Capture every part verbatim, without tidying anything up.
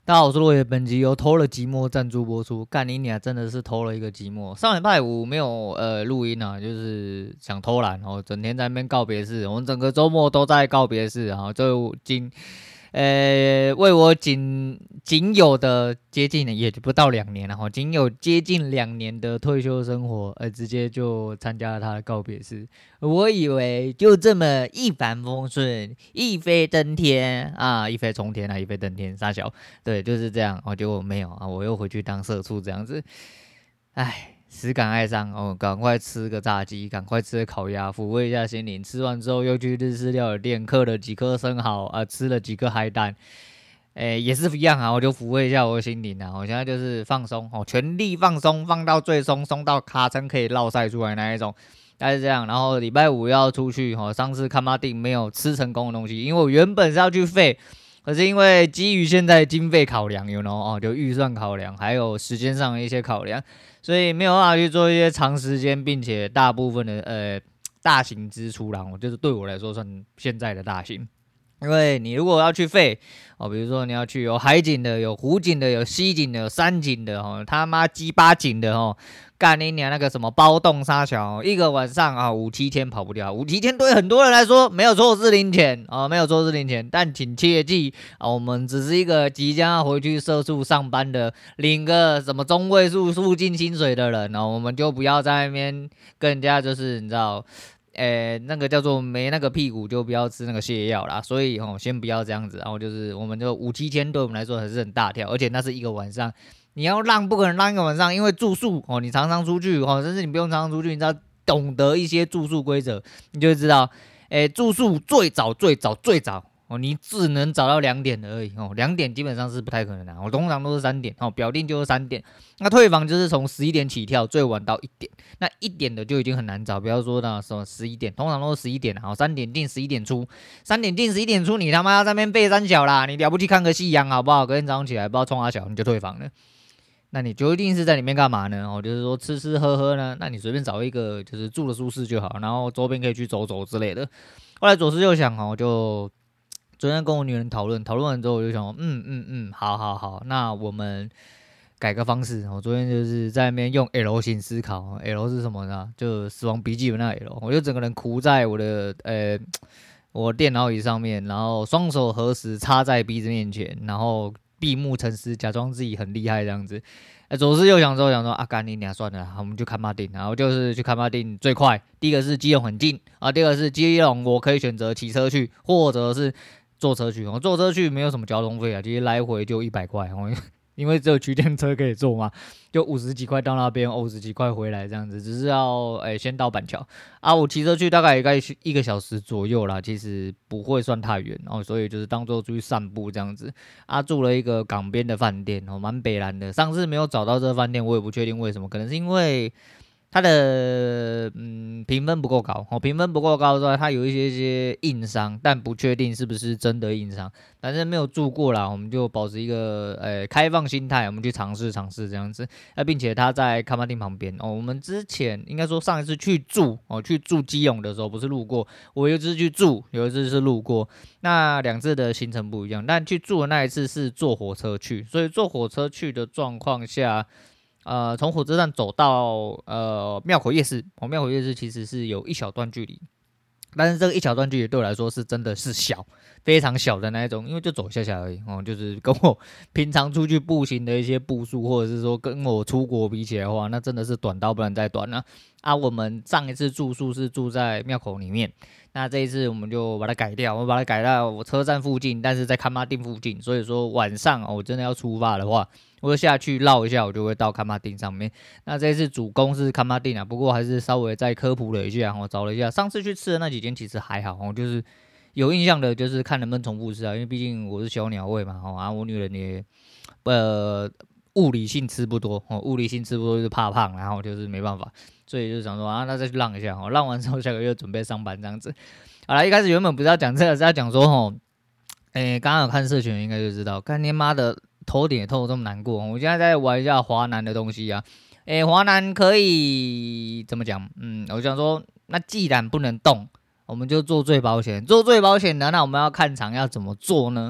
大家好，我是落叶，本集由偷了寂寞赞助播出。干你娘，真的是偷了一个寂寞。上礼拜五没有呃录音啊，就是想偷懒哦，整天在那边告别式，我们整个周末都在告别式啊，就今呃为我仅仅有的接近也不到两年了哈，仅有接近两年的退休生活，呃直接就参加了他的告别式。我以为就这么一帆风顺，一飞登天啊，一飞冲天啊，一飞登天，傻小。对，就是这样哦。结果没有啊，我又回去当社畜这样子，唉，实感哀伤哦。赶快吃个炸鸡，赶快吃个烤鸭，抚慰一下心灵。吃完之后又去日式料理店嗑了几颗生蚝啊、呃，吃了几个海胆，诶，也是一样啊，我就抚慰一下我的心灵啊。我现在就是放松哦，全力放松，放到最松，松到卡层可以绕晒出来那一种。大概是这样，然后礼拜五要出去哈，上次看马丁没有吃成功的东西，因为我原本是要去废，可是因为基于现在经费考量，you know 哦，就预算考量，还有时间上的一些考量，所以没有办法去做一些长时间并且大部分的呃大型支出啦，就是对我来说算现在的大型。因为你如果要去废哦，比如说你要去有海景的、有湖景的、有溪景的、有山景的哦，他妈鸡巴景的哦，干你娘那个什么包栋沙桥，一个晚上啊五七天跑不掉，五七天对很多人来说没有错是零钱啊、哦，没有错是零钱，但请切记啊、哦，我们只是一个即将要回去社畜上班的，领个什么中位数附近薪水的人哦，我们就不要在那边跟人家就是你知道。诶，那个叫做没那个屁股就不要吃那个泻药啦，所以哦，先不要这样子，然后就是我们就五七千对我们来说还是很大条，而且那是一个晚上，你要让不可能让一个晚上，因为住宿哦，你常常出去哦，甚至你不用常常出去，你只要懂得一些住宿规则，你就会知道，诶，住宿最早最早最早。哦，你只能找到两点而已哦，两点基本上是不太可能的、啊，我通常都是三点哦，表定就是三点，那退房就是从十一点起跳，最晚到一点，那一点的就已经很难找，不要说那什么十一点，通常都是十一点啊，三点进十一点出，三点进十一点出，你他妈要在那边背三小啦，你了不起看个夕阳好不好？隔天早上起来不知道冲啥小你就退房了。那你就一定是在里面干嘛呢？哦，就是说吃吃喝喝呢？那你随便找一个就是住的舒适就好，然后周边可以去走走之类的。后来左思右想哦，就昨天跟我女人讨论，讨论完之后我就想，嗯嗯嗯，好好好，那我们改个方式。我昨天就是在那边用 L 型思考 ，L 是什么呢？就死亡笔记本那 L，我就整个人哭在我的呃我电脑椅上面，然后双手合十插在鼻子面前，然后闭目沉思，假装自己很厉害这样子。呃，左思右想之后想说啊，干你娘算了，我们就看马丁，然后就是去看马丁最快。第一个是基隆很近啊，第二个是基隆我可以选择骑车去，或者是坐车去。我坐车去没有什么交通费啊，其实来回就一百块，因为只有区间车可以坐嘛，就五十几块到那边，五十几块回来这样子，只是要诶、欸、先到板桥啊，我骑车去大概也该一个小时左右啦，其实不会算太远哦，所以就是当做出去散步这样子啊，住了一个港边的饭店哦，蛮北蓝的。上次没有找到这个饭店，我也不确定为什么，可能是因为它的嗯评分不够高哦，评分不够高之外，它有一些些硬伤，但不确定是不是真的硬伤。反正没有住过啦，我们就保持一个呃开放心态，我们去尝试尝试这样子。那、啊、并且它在卡马丁旁边哦，我们之前应该说上一次去住哦，去住基隆的时候不是路过，我有一次去住，有一次是路过，那两次的行程不一样，但去住的那一次是坐火车去，所以坐火车去的状况下。呃，从火车站走到呃庙口夜市，哦，庙口夜市其实是有一小段距离，但是这个一小段距离对我来说是真的是小，非常小的那一种，因为就走下下而已哦，就是跟我平常出去步行的一些步数，或者是说跟我出国比起来的话，那真的是短到不能再短了啊。我们上一次住宿是住在庙口里面，那这一次我们就把它改掉，我们把它改到我车站附近，但是在看马丁附近，所以说晚上哦，我真的要出发的话。我就下去绕一下，我就会到看马丁上面。那这次主攻是看马丁啊，不过还是稍微再科普了一下，我找了一下，上次去吃的那几间其实还好，哦，就是有印象的，就是看能不能重复吃啊，因为毕竟我是小鸟胃嘛，哦啊，我女人也呃物理性吃不多，哦，物理性吃不多就是怕胖，然后就是没办法，所以就想说啊，那再去浪一下，哦，浪完之后下个月准备上班这样子。好了，一开始原本不是要讲这个，是要讲说，吼，诶，刚刚有看社群应该就知道，干你妈的！头点也透这么难过，我现在在玩一下华南的东西啊。诶，华南可以怎么讲？嗯，我想说，那既然不能动，我们就做最保险。做最保险的，那我们要看场要怎么做呢？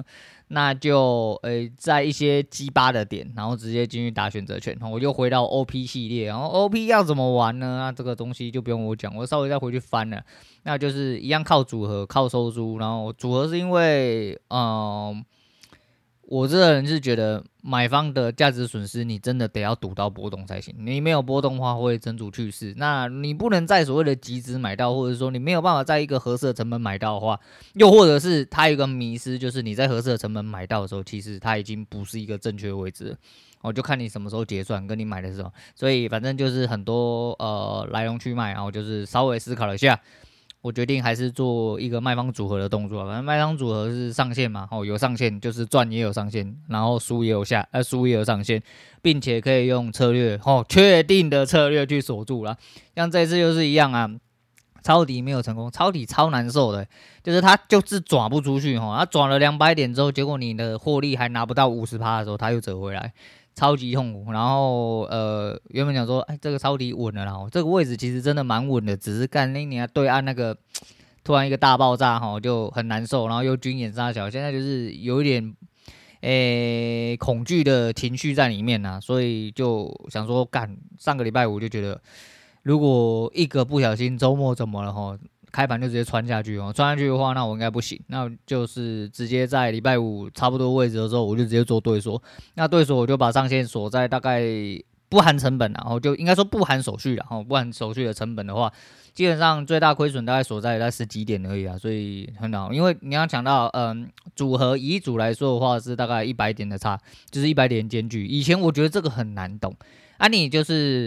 那就呃在一些鸡巴的点，然后直接进去打选择权，我就回到 O P 系列，然后 O P 要怎么玩呢？那这个东西就不用我讲，我稍微再回去翻了，那就是一样靠组合，靠收租，然后组合是因为嗯。呃我这个人是觉得买方的价值损失，你真的得要赌到波动才行。你没有波动的话，会整组去世。那你不能在所谓的极值买到，或者说你没有办法在一个合适的成本买到的话，又或者是它有一个迷思，就是你在合适的成本买到的时候，其实它已经不是一个正确的位置了。我、哦、就看你什么时候结算，跟你买的时候。所以反正就是很多呃来龙去脉，然后就是稍微思考了一下。我决定还是做一个卖方组合的动作，反正卖方组合是上限嘛，哦，有上限就是赚也有上限，然后输也有下，呃，输也有上限，并且可以用策略，哦，确定的策略去锁住啦。像这次就是一样啊，抄底没有成功，抄底超难受的，就是它就是转不出去，哈，它转了两百点之后，结果你的获利还拿不到 百分之五十 的时候，它又折回来。超级痛苦，然后呃，原本想说，哎，这个抄底稳了啦，这个位置其实真的蛮稳的，只是干那你对岸那个突然一个大爆炸哈，就很难受，然后又军演杀小，现在就是有一点诶恐惧的情绪在里面呐、啊，所以就想说，干上个礼拜五就觉得，如果一个不小心周末怎么了哈？开盘就直接穿下去哦，穿下去的话，那我应该不行，那就是直接在礼拜五差不多位置的时候，我就直接做对锁。那对锁我就把上限锁在大概不含成本，然后就应该说不含手续，然后不含手续的成本的话，基本上最大亏损大概锁在在十几点而已啊，所以很好。因为你要讲到，嗯，组合以一组来说的话是大概一百点的差，就是一百点间距。以前我觉得这个很难懂，啊，你就是。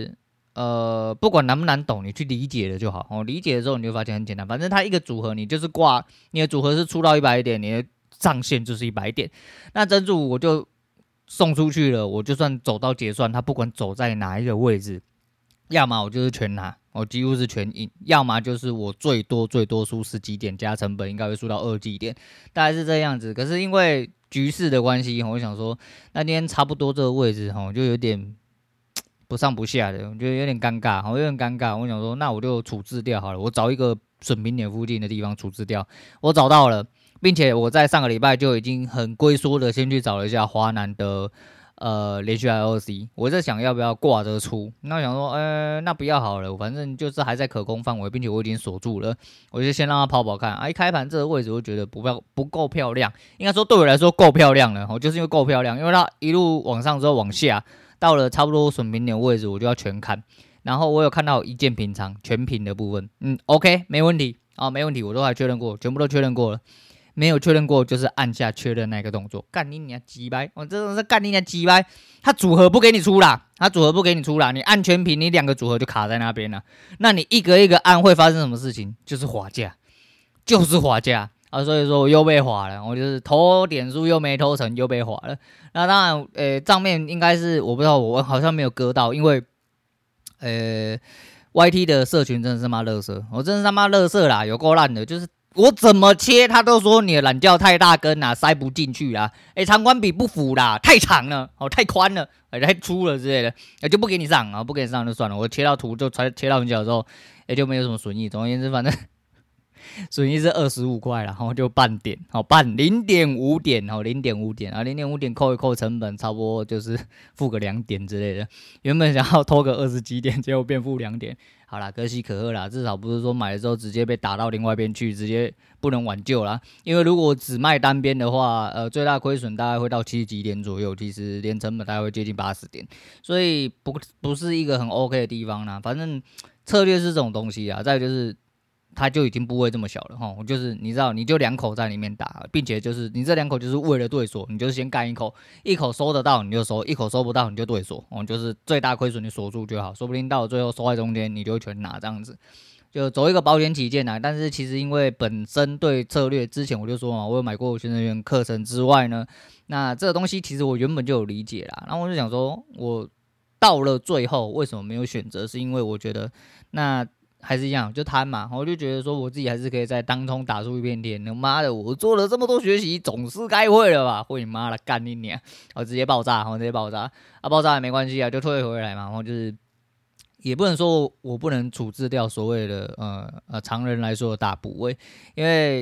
呃，不管难不难懂，你去理解了就好。哦，理解的时候你就发现很简单，反正它一个组合，你就是挂你的组合是出到一百点，你的上限就是一百点。那珍珠我就送出去了，我就算走到结算，它不管走在哪一个位置，要么我就是全拿，我几乎是全赢；要么就是我最多最多输十几点加成本，应该会输到二几点，大概是这样子。可是因为局势的关系，我想说那天差不多这个位置，哈，就有点。不上不下的，我觉得有点尴尬，我有点尴尬。我想说，那我就处置掉好了，我找一个损平点附近的地方处置掉。我找到了，并且我在上个礼拜就已经很龟缩的先去找了一下华南的呃连续 I O C， 我在想要不要挂着出。那我想说，呃，那不要好了，反正就是还在可控范围，并且我已经锁住了，我就先让它跑跑看。啊，一开盘这个位置，我觉得不漂不够漂亮，应该说对我来说够漂亮了，就是因为够漂亮，因为它一路往上之后往下。到了差不多损平点位置，我就要全看。然后我有看到一键平仓全平的部分，嗯 ，OK， 没问题啊、哦，没问题，我都还确认过，全部都确认过了。没有确认过就是按下确认那个动作，干你娘鸡掰！我真的是干你娘鸡掰！他组合不给你出啦，他组合不给你出啦，你按全平，你两个组合就卡在那边了。那你一个一个按会发生什么事情？就是滑价，就是滑价。啊，所以说我又被划了，我就是投点数又没投成，又被划了。那当然，呃，账面应该是我不知道，我好像没有割到，因为，呃 ，Y T 的社群真的是妈垃圾，我真的是他妈垃圾啦，有够烂的，就是我怎么切，他都说你的懒觉太大根啦，塞不进去啦，哎，长宽比不符啦，太长了，哦，太宽了，哎，太粗了之类的，哎，就不给你上啊，不给你上就算了，我切到图就切到很小之后，哎，就没有什么损益。总而言之，反正。损益是二十五块，然后就半点，好半零点五点，好零点五点啊，零点五点扣一扣成本，差不多就是负个两点之类的。原本想要偷个二十几点，结果变负两点。好啦，可喜可贺啦，至少不是说买了之后直接被打到另外一边去，直接不能挽救啦。因为如果只卖单边的话，呃，最大亏损大概会到七十几点左右，其实连成本大概会接近八十点，所以不不是一个很 OK 的地方啦。反正策略是这种东西啊，再来就是。它就已经部位这么小了哈，就是你知道，你就两口在里面打，并且就是你这两口就是为了对锁，你就先干一口，一口收得到你就收，一口收不到你就对锁，哦，就是最大亏损你锁住就好，说不定到最后收在中间你就会全拿这样子，就走一个保险起见啊。但是其实因为本身对策略之前我就说嘛，我有买过学生员课程之外呢，那这个东西其实我原本就有理解啦，然后我就想说，我到了最后为什么没有选择，是因为我觉得那。还是一样，就贪嘛，我就觉得说我自己还是可以在当中打出一片天。妈的，我做了这么多学习，总是该会了吧？会你妈的干你娘！我直接爆炸，我直接爆炸啊！爆炸也没关系啊，就退回来嘛。然后就是也不能说我不能处置掉所谓的呃呃常人来说的大部位，因为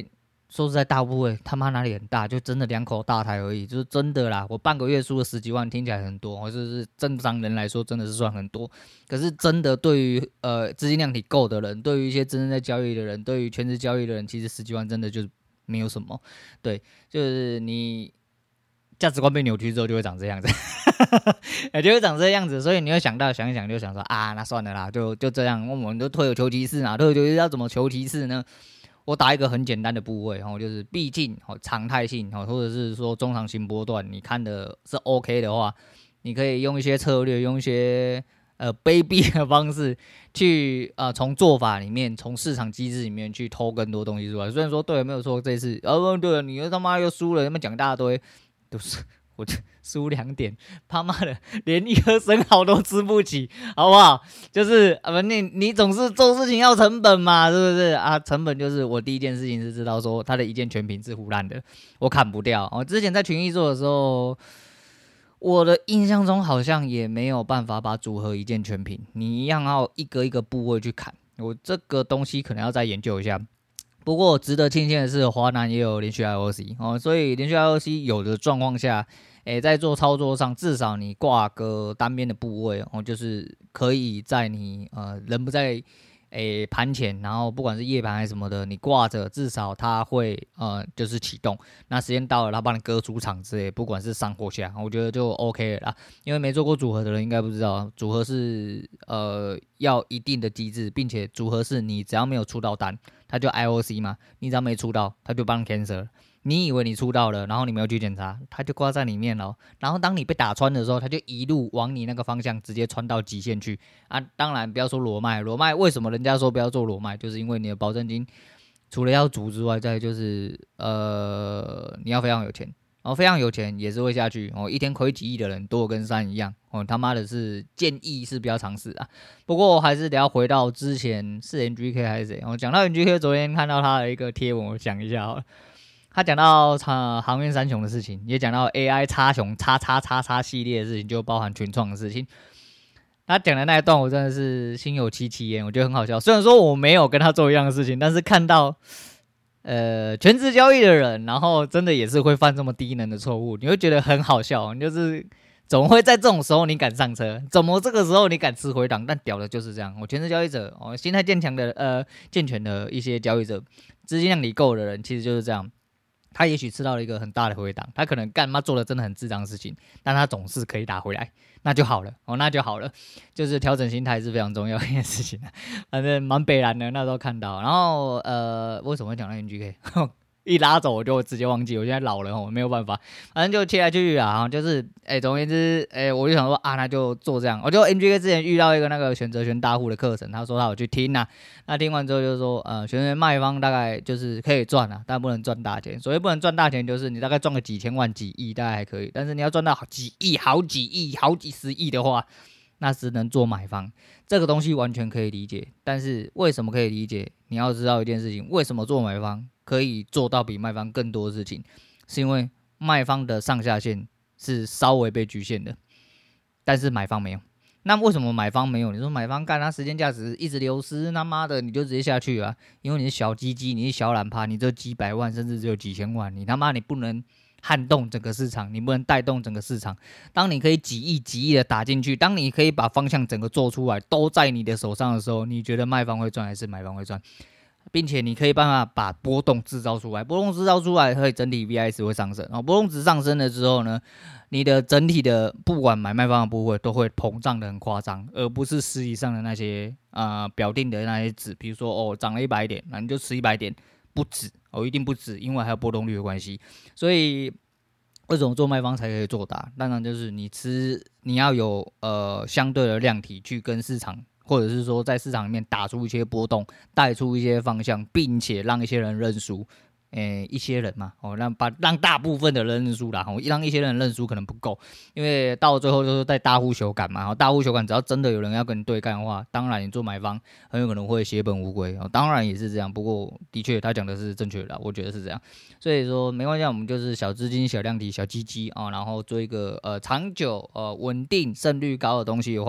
说实在，大部位他妈哪里很大，就真的两口大台而已，就是真的啦。我半个月输了十几万，听起来很多，就是正常人来说真的是算很多。可是真的对于呃资金量体够的人，对于一些真正在交易的人，对于全职交易的人，其实十几万真的就是没有什么。对，就是你价值观被扭曲之后，就会长这样子，欸、就会长这样子。所以你会想到想一想，就想说啊，那算了啦，就就这样。我们都退而求其次嘛，退而求其次要怎么求其次呢？我打一个很简单的部位，哦，就是毕竟哦常态性哦，或者是说中长型波段，你看的是 OK 的话，你可以用一些策略，用一些呃卑鄙的方式去呃从做法里面，从市场机制里面去偷更多东西出来。虽然说对没有错，这次哦对了，你又他妈又输了，他妈讲一大堆，都是我就输两点，他妈的连一颗生蚝都吃不起，好不好？就是啊，你你总是做事情要成本嘛，是不是啊？成本就是我第一件事情是知道说他的一键全屏是胡乱的，我砍不掉。我、哦、之前在群益做的时候，我的印象中好像也没有办法把组合一键全屏，你一样要一个一个部位去砍。我这个东西可能要再研究一下。不过值得庆幸的是，华南也有连续 I O C 哦，所以连续 I O C 有的状况下，诶，在做操作上，至少你挂个单边的部位哦，就是可以在你呃人不在诶盘前，然后不管是夜盘还是什么的，你挂着，至少它会呃就是启动。那时间到了，它帮你割出场之类，不管是上或下，我觉得就 OK 了啦。因为没做过组合的人应该不知道，组合是呃要一定的机制，并且组合是你只要没有出到单，它就 I O C 嘛，你只要没出到，它就帮你 cancel。你以为你出到了，然后你没有去检查，它就挂在里面了。然后当你被打穿的时候，它就一路往你那个方向直接穿到极限去啊！当然不要说裸卖，裸卖为什么人家说不要做裸卖，就是因为你的保证金除了要足之外，再就是呃你要非常有钱，然后非常有钱也是会下去哦。一天亏几亿的人多跟山一样哦，他妈的是建议是不要尝试啊。不过还是得要回到之前是 N G K 还是谁？我、哦、讲到 N G K， 昨天看到他的一个贴文，我讲一下好了。他讲到呃航运三雄的事情，也讲到 A I 叉雄叉叉叉叉系列的事情，就包含群创的事情。他讲的那一段，我真的是心有戚戚焉，我觉得很好笑。虽然说我没有跟他做一样的事情，但是看到呃全职交易的人，然后真的也是会犯这么低能的错误，你会觉得很好笑。你就是怎么会在这种时候你敢上车？怎么这个时候你敢吃回档？但屌的就是这样。我全职交易者，哦，心态健强的呃健全的一些交易者，资金量里够的人，其实就是这样。他也许吃到了一个很大的回档，他可能干嘛做了真的很智障的事情，但他总是可以打回来，那就好了哦，那就好了，就是调整心态是非常重要的一件事情。反正蛮北蓝的，那时候看到，然后呃，为什么会讲到 N G K？一拉走我就直接忘记，我现在老了，我没有办法，反正就切来切去啊，就是哎、欸，总而言之，哎、欸，我就想说啊，那就做这样。我就 N G K 之前遇到一个那个选择权大户的课程，他说他有去听啊，那听完之后就说，呃，选择权卖方大概就是可以赚啊，但不能赚大钱。所谓不能赚大钱，就是你大概赚个几千万、几亿，大概还可以，但是你要赚到几亿、好几亿、好几十亿的话，那只能做买方。这个东西完全可以理解，但是为什么可以理解？你要知道一件事情，为什么做买方可以做到比卖方更多的事情，是因为卖方的上下限是稍微被局限的，但是买方没有。那为什么买方没有？你说买方干他时间价值一直流失，他妈的你就直接下去啊！因为你是小鸡鸡，你是小懒趴，你只有几百万，甚至只有几千万，你他妈你不能撼动整个市场，你不能带动整个市场。当你可以几亿几亿的打进去，当你可以把方向整个做出来，都在你的手上的时候，你觉得卖方会赚还是买方会赚？并且你可以办法把波动制造出来，波动制造出来，会整体 V I S 会上升。然后波动值上升了之后呢，你的整体的不管买卖方的部位都会膨胀的很夸张，而不是实际上的那些呃表定的那些值，比如说哦涨了一百点，那你就吃一百点，不止哦，一定不止，因为还有波动率的关系。所以为什么做卖方才可以做大？当然就是你吃，你要有呃相对的量体去跟市场。或者是说在市场里面打出一些波动，带出一些方向，并且让一些人认输，诶，一些人嘛，哦，让把让大部分的人认输啦，哦，让一些人认输可能不够，因为到最后就是在大户修改嘛，然后大户修改，只要真的有人要跟你对干的话，当然你做买方很有可能会血本无归，哦，当然也是这样，不过的确他讲的是正确的啦，我觉得是这样，所以说没关系，我们就是小资金、小量体、小鸡鸡啊，然后做一个呃长久、呃稳定、胜率高的东西的话。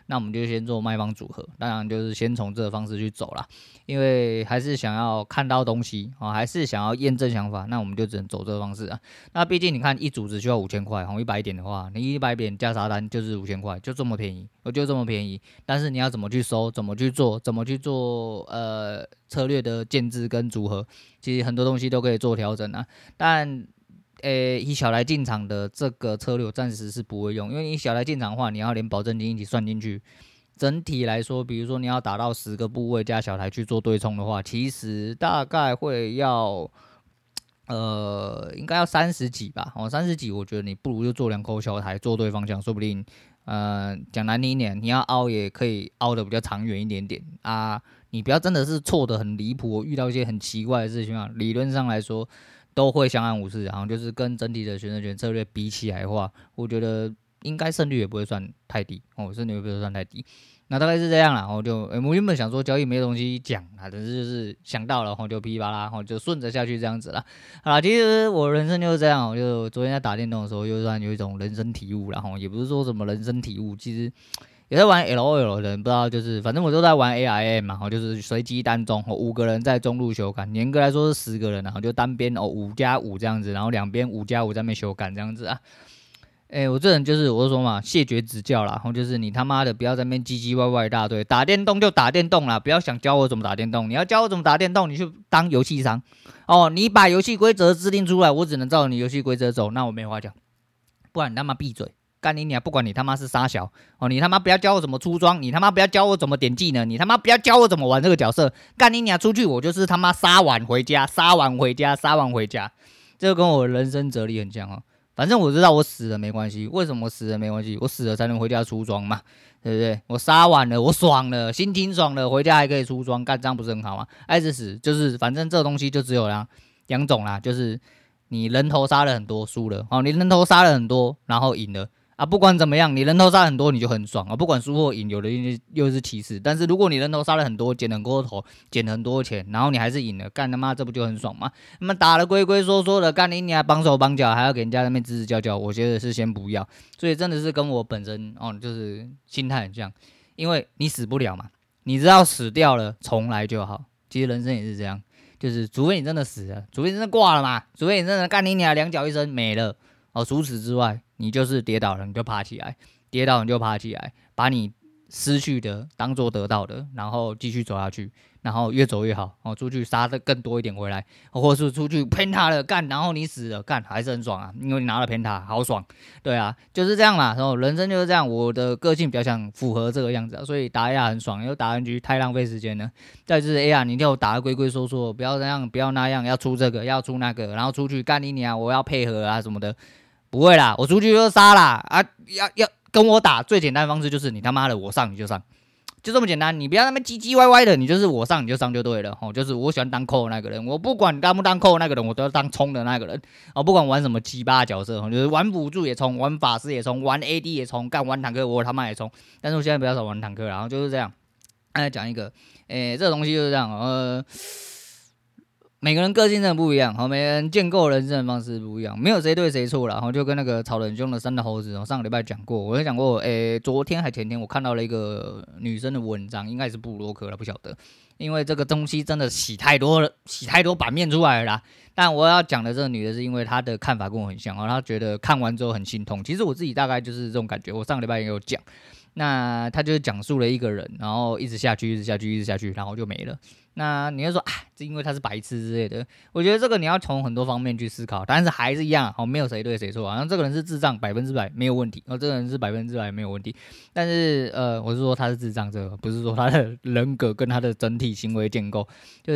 那我们就先做卖方组合，当然就是先从这个方式去走啦，因为还是想要看到东西哦，还是想要验证想法，那我们就只能走这个方式啊。那毕竟你看一组只需要五千块，哦，一百点的话，你一百点加杀单就是五千块，就这么便宜，我就这么便宜。但是你要怎么去收，怎么去做，怎么去做呃策略的建制跟组合，其实很多东西都可以做调整啊。但诶，以小台进场的这个策略，我暂时是不会用，因为你小台进场的话，你要连保证金一起算进去。整体来说，比如说你要打到十个部位加小台去做对冲的话，其实大概会要，呃，应该要三十几吧。哦，三十几，我觉得你不如就做两口小台，做对方向，说不定，呃，讲难听一点，你要凹也可以凹的比较长远一点点啊。你不要真的是错的很离谱，我遇到一些很奇怪的事情啊，理论上来说。都会相安无事，然后就是跟整体的选择权策略比起来的话，我觉得应该胜率也不会算太低哦，胜率也不会算太低。那大概是这样啦，我就、欸、我原本想说交易没东西讲啊，但是就是想到了，然后就噼里啪啦，然后就顺着下去这样子啦。好啦，其实我人生就是这样，我就昨天在打电动的时候，又突然有一种人生体悟，然后也不是说什么人生体悟，其实。也在玩 L O L 的人不知道，就是反正我都在玩 A I M 嘛，就是随机单中，五个人在中路修改，严格来说是十个人，然后就单边哦五加五这样子，然后两边五加五在那边修改这样子啊。哎、欸，我这人就是我就说嘛，谢绝指教啦，然后就是你他妈的不要在那边唧唧歪歪一大堆，打电动就打电动啦，不要想教我怎么打电动，你要教我怎么打电动，你去当游戏商哦，你把游戏规则制定出来，我只能照你游戏规则走，那我没话讲，不然你他妈闭嘴。干你娘！不管你他妈是杀小哦，你他妈不要教我怎么出装，你他妈不要教我怎么点技能，你他妈不要教我怎么玩这个角色。干你娘！出去我就是他妈杀完回家，杀完回家，杀完回家。这个跟我人生哲理很像哦。反正我知道我死了没关系，为什么我死了没关系？我死了才能回家出装嘛，对不对？我杀完了，我爽了，心情爽了，回家还可以出装，干这样不是很好吗？爱死死就是反正这个东西就只有两两种啦，就是你人头杀了很多输了，哦，你人头杀了很多然后赢了。啊，不管怎么样，你人头杀很多你就很爽啊，不管输或赢，有的又是其次。但是如果你人头杀了很多，捡很多头，捡很多钱，然后你还是赢了，干他妈这不就很爽吗？那么打了龟龟缩缩的，干你你还绑手绑脚，还要给人家那边吱吱叫叫，我觉得是先不要。所以真的是跟我本身哦，就是心态很像，因为你死不了嘛，你知道死掉了重来就好。其实人生也是这样，就是除非你真的死了，除非你真的挂了嘛，除非你真的干你你两脚一伸没了哦，除此之外。你就是跌倒了，你就爬起来；跌倒你就爬起来，把你失去的当做得到的，然后继续走下去，然后越走越好。哦，出去杀的更多一点回来，或是出去偏塔了干，然后你死了干还是很爽啊，因为你拿了偏塔，好爽。对啊，就是这样嘛。然后人生就是这样，我的个性比较想符合这个样子、啊，所以打 A R 很爽，因为打 N G 太浪费时间了。再就是 A R， 你叫我打的龟龟缩缩，不要这样，不要那样，要出这个，要出那个，然后出去干你娘，我要配合啊什么的。不会啦，我出去就杀啦啊！要要跟我打，最简单的方式就是你他妈的我上你就上，就这么简单。你不要那么唧唧歪歪的，你就是我上你就上就对了。哦，就是我喜欢当扣的那个人，我不管当不当扣的那个人，我都要当冲的那个人。哦，不管玩什么鸡巴角色，就是玩辅助也冲，玩法师也冲，玩 A D 也冲，干玩坦克我他妈也冲。但是我现在比较少玩坦克，然后就是这样。再讲一个，诶，这个东西就是这样，呃。每个人个性真的不一样，好，每个人建构人生的方式不一样，没有谁对谁错啦。然后就跟那个吵得很凶的三的猴子，上个礼拜讲过，我有讲过，诶，昨天还前天我看到了一个女生的文章，应该是部落客了，不晓得，因为这个东西真的洗太多了，洗太多版面出来了啦。但我要讲的这个女的是因为她的看法跟我很像，然后她觉得看完之后很心痛。其实我自己大概就是这种感觉，我上个礼拜也有讲。那他就是讲述了一个人，然后一直下去，一直下去，一直下去，然后就没了。那你会说啊，这因为他是白痴之类的？我觉得这个你要从很多方面去思考，但是还是一样，哦，没有谁对谁错。好像这个人是智障，百分之百没有问题，哦，这个人是百分之百没有问题。但是呃，我是说他是智障，这个不是说他的人格跟他的整体行为建构，就是，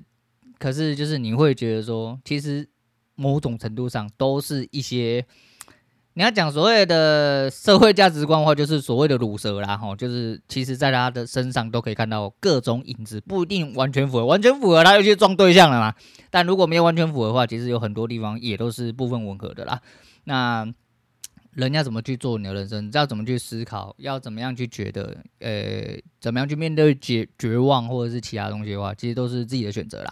可是就是你会觉得说，其实某种程度上都是一些。你要讲所谓的社会价值观的话，就是所谓的鲁蛇啦，吼，就是其实在他的身上都可以看到各种影子，不一定完全符合，完全符合他就去撞对象了嘛。但如果没有完全符合的话，其实有很多地方也都是部分吻合的啦。那人要怎么去做你的人生，要怎么去思考，要怎么样去觉得，呃，怎么样去面对绝绝望或者是其他东西的话，其实都是自己的选择啦。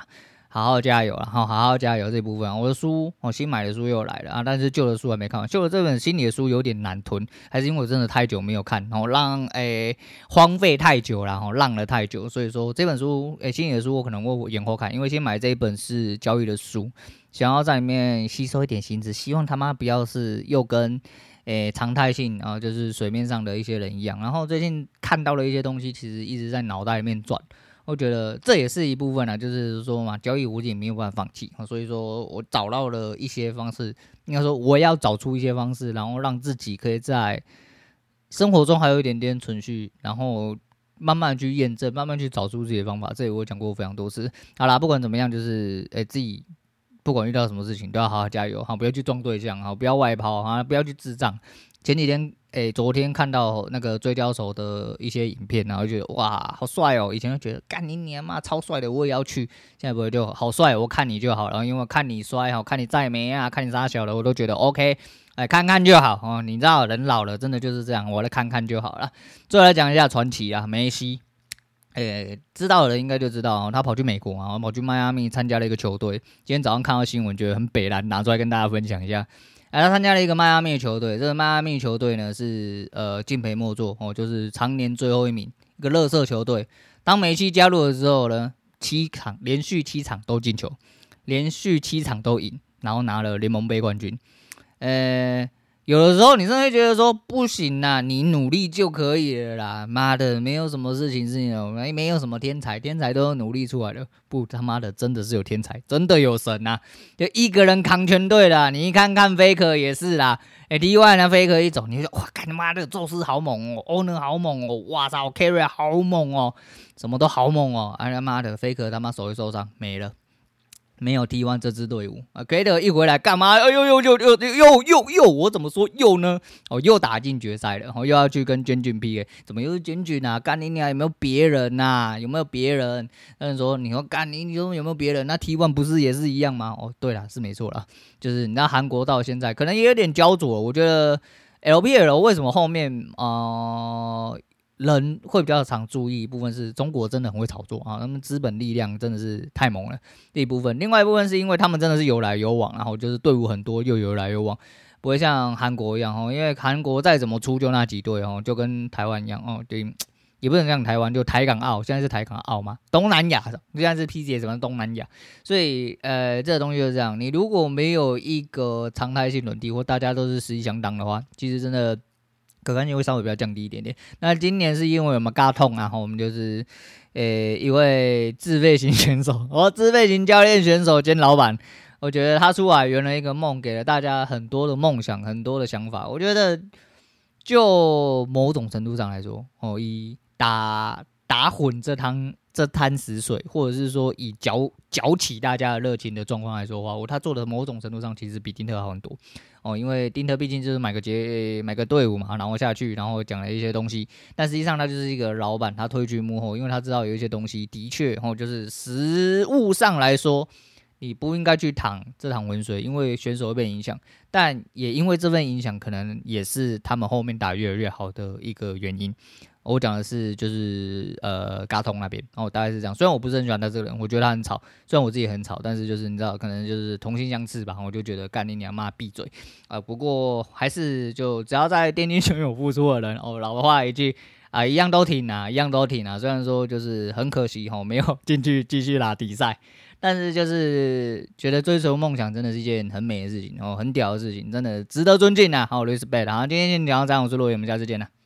好好加油啦，好好好加油这部分。我的书，我新买的书又来了啊，但是旧的书还没看完。旧的这本新理的书有点难吞，还是因为我真的太久没有看，然后让诶、欸、荒废太久了，然后浪了太久，所以说这本书诶、欸、新理的书我可能会延后看，因为先买这一本是交易的书，想要在里面吸收一点新知，希望他妈不要是又跟诶常态性啊，就是水面上的一些人一样。然后最近看到了一些东西，其实一直在脑袋里面转。我觉得这也是一部分啊，就是说嘛，交易无尽没有办法放弃，所以说我找到了一些方式，应该说我也要找出一些方式，然后让自己可以在生活中还有一点点存续，然后慢慢去验证，慢慢去找出自己的方法。这里我讲过非常多次。好啦，不管怎么样，就是诶、欸、自己不管遇到什么事情都要好好加油，好，不要去撞对象，好，不要外抛，啊，不要去智障。前几天，诶、欸，昨天看到那个追焦手的一些影片，然后就觉得哇，好帅哦！以前就觉得干你娘妈超帅的，我也要去。现在不会就好帅，我看你就好了，因为我看你帅，好看你再美啊，看你啥小的，我都觉得 OK。哎，看看就好哦。你知道人老了真的就是这样，我来看看就好了。最后来讲一下传奇啊，梅西。诶，知道的人应该就知道、哦，他跑去美国啊，跑去迈阿密参加了一个球队。今天早上看到新闻，觉得很北蓝，拿出来跟大家分享一下。哎，他参加了一个迈阿密球队，这个迈阿密球队呢是呃敬陪末座哦，就是常年最后一名，一个垃圾球队。当梅西加入的时候呢，七场连续七场都进球，连续七场都赢，然后拿了联盟杯冠军。呃。有的时候你真的会觉得说不行啦，你努力就可以了啦，妈的，没有什么事情是你的，没有什么天才，天才都是努力出来的，不他妈的真的是有天才，真的有神啊，就一个人扛全队啦，你看看 Faker 也是啦，哎 ，T 一 呢 Faker 一走，你就哇，看他妈的宙斯好猛哦 ，Owner 好猛哦，哇操 ，Carry 好猛哦，什么都好猛哦，哎他妈的 Faker 他妈手一受伤没了。没有 T 一 这支队伍啊 ，Creator 一回来干嘛？哎呦呦呦呦呦呦呦，我怎么说又呢？哦，又打进决赛了，哦，又要去跟娟俊 P K， 怎么又是娟俊啊？干你娘，有没有别人呐、啊？有没有别人？有人说你说干你，你说有没有别人？那 T 一 不是也是一样吗？哦，对啦，是没错啦，就是你知道韩国到现在可能也有点焦灼，我觉得 L P L 为什么后面呃。人会比较常注意一部分是中国真的很会炒作啊，他们资本力量真的是太猛了。这一部分，另外一部分是因为他们真的是有来有往，然后就是队伍很多又有来有往，不会像韩国一样哦，因为韩国再怎么出就那几队哦，就跟台湾一样哦，对，也不能像台湾就台港澳，现在是台港澳嘛，东南亚现在是 P C S 什么东南亚，所以呃这个东西就是这样，你如果没有一个常态性轮替或大家都是实力相当的话，其实真的。可看性会稍微比较降低一点点。那今年是因为我们嘎痛啊，我们就是呃、欸、一位自费型选手，哦，自费型教练选手兼老板，我觉得他出来圆了一个梦，给了大家很多的梦想，很多的想法。我觉得就某种程度上来说，哦，以打打混这汤这滩死水，或者是说以搅搅起大家的热情的状况来说的话，我他做的某种程度上其实比丁特好很多。哦，因为丁特毕竟就是买个节买个队伍嘛，然后下去，然后讲了一些东西，但实际上他就是一个老板，他退居幕后，因为他知道有一些东西的确，哦，就是实物上来说，你不应该去淌这趟浑水，因为选手会被影响，但也因为这份影响，可能也是他们后面打越来越好的一个原因。我讲的是就是呃嘎通那边，哦，大概是这样。虽然我不是很喜欢他这个人，我觉得他很吵，虽然我自己很吵，但是就是你知道，可能就是同性相斥吧，我就觉得干你娘妈闭嘴啊、呃！不过还是就只要在电竞圈有付出的人，哦，老话一句啊、呃，一样都挺啊，一样都挺啊。虽然说就是很可惜哈、哦，没有进去继续打比赛，但是就是觉得追求梦想真的是一件很美的事情，哦，很屌的事情，真的值得尊敬啊！好 ，respect。好，今天先聊到这样，我是洛言，我们下次见啦。